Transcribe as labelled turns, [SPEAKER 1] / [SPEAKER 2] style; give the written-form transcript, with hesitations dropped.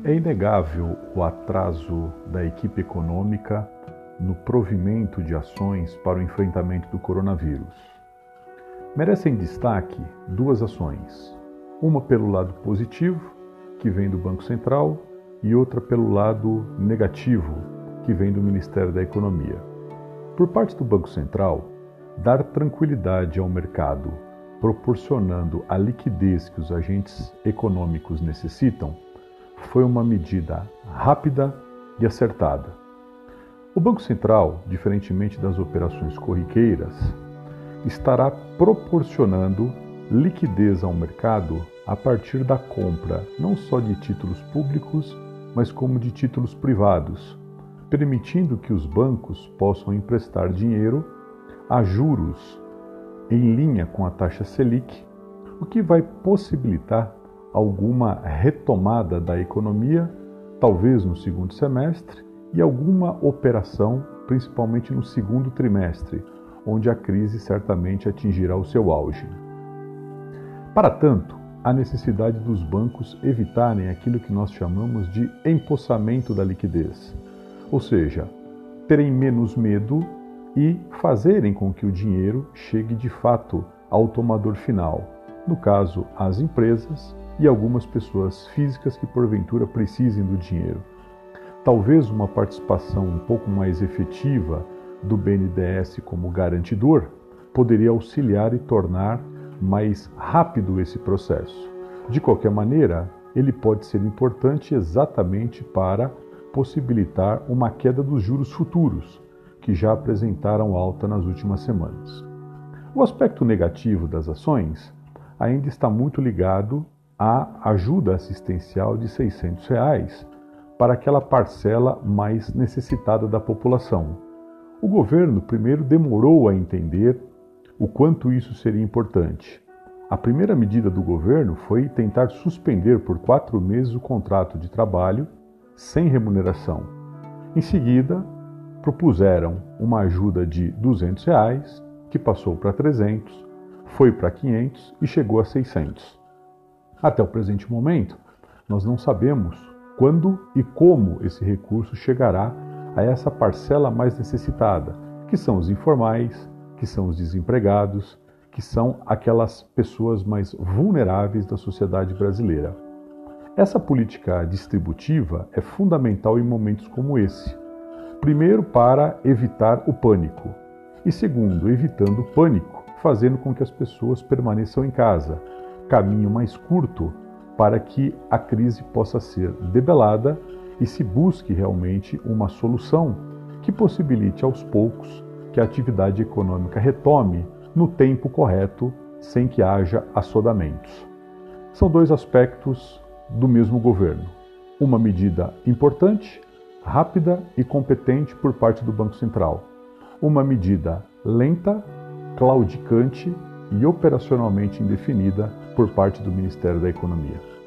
[SPEAKER 1] É inegável o atraso da equipe econômica no provimento de ações para o enfrentamento do coronavírus. Merecem destaque duas ações, uma pelo lado positivo, que vem do Banco Central, e outra pelo lado negativo, que vem do Ministério da Economia. Por parte do Banco Central, dar tranquilidade ao mercado, proporcionando a liquidez que os agentes econômicos necessitam, foi uma medida rápida e acertada. O Banco Central, diferentemente das operações corriqueiras, estará proporcionando liquidez ao mercado a partir da compra não só de títulos públicos, mas como de títulos privados, permitindo que os bancos possam emprestar dinheiro a juros em linha com a taxa Selic, o que vai possibilitar alguma retomada da economia, talvez no segundo semestre, e alguma operação, principalmente no segundo trimestre, onde a crise certamente atingirá o seu auge. Para tanto, há necessidade dos bancos evitarem aquilo que nós chamamos de empossamento da liquidez, ou seja, terem menos medo e fazerem com que o dinheiro chegue de fato ao tomador final, no caso, às empresas e algumas pessoas físicas que porventura precisem do dinheiro. Talvez uma participação um pouco mais efetiva do BNDES como garantidor poderia auxiliar e tornar mais rápido esse processo. De qualquer maneira, ele pode ser importante exatamente para possibilitar uma queda dos juros futuros, que já apresentaram alta nas últimas semanas. O aspecto negativo das ações ainda está muito ligado à ajuda assistencial de R$ 600 para aquela parcela mais necessitada da população. O governo primeiro demorou a entender o quanto isso seria importante. A primeira medida do governo foi tentar suspender por 4 meses o contrato de trabalho sem remuneração. Em seguida, propuseram uma ajuda de R$ 200, que passou para 300, foi para 500 e chegou a 600. Até o presente momento, nós não sabemos quando e como esse recurso chegará a essa parcela mais necessitada, que são os informais, que são os desempregados, que são aquelas pessoas mais vulneráveis da sociedade brasileira. Essa política distributiva é fundamental em momentos como esse. Primeiro, para evitar o pânico. E segundo, evitando o pânico, fazendo com que as pessoas permaneçam em casa. Caminho mais curto para que a crise possa ser debelada e se busque realmente uma solução que possibilite aos poucos que a atividade econômica retome no tempo correto, sem que haja assodamentos. São dois aspectos do mesmo governo. Uma medida importante, rápida e competente por parte do Banco Central. Uma medida lenta, claudicante e operacionalmente indefinida por parte do Ministério da Economia.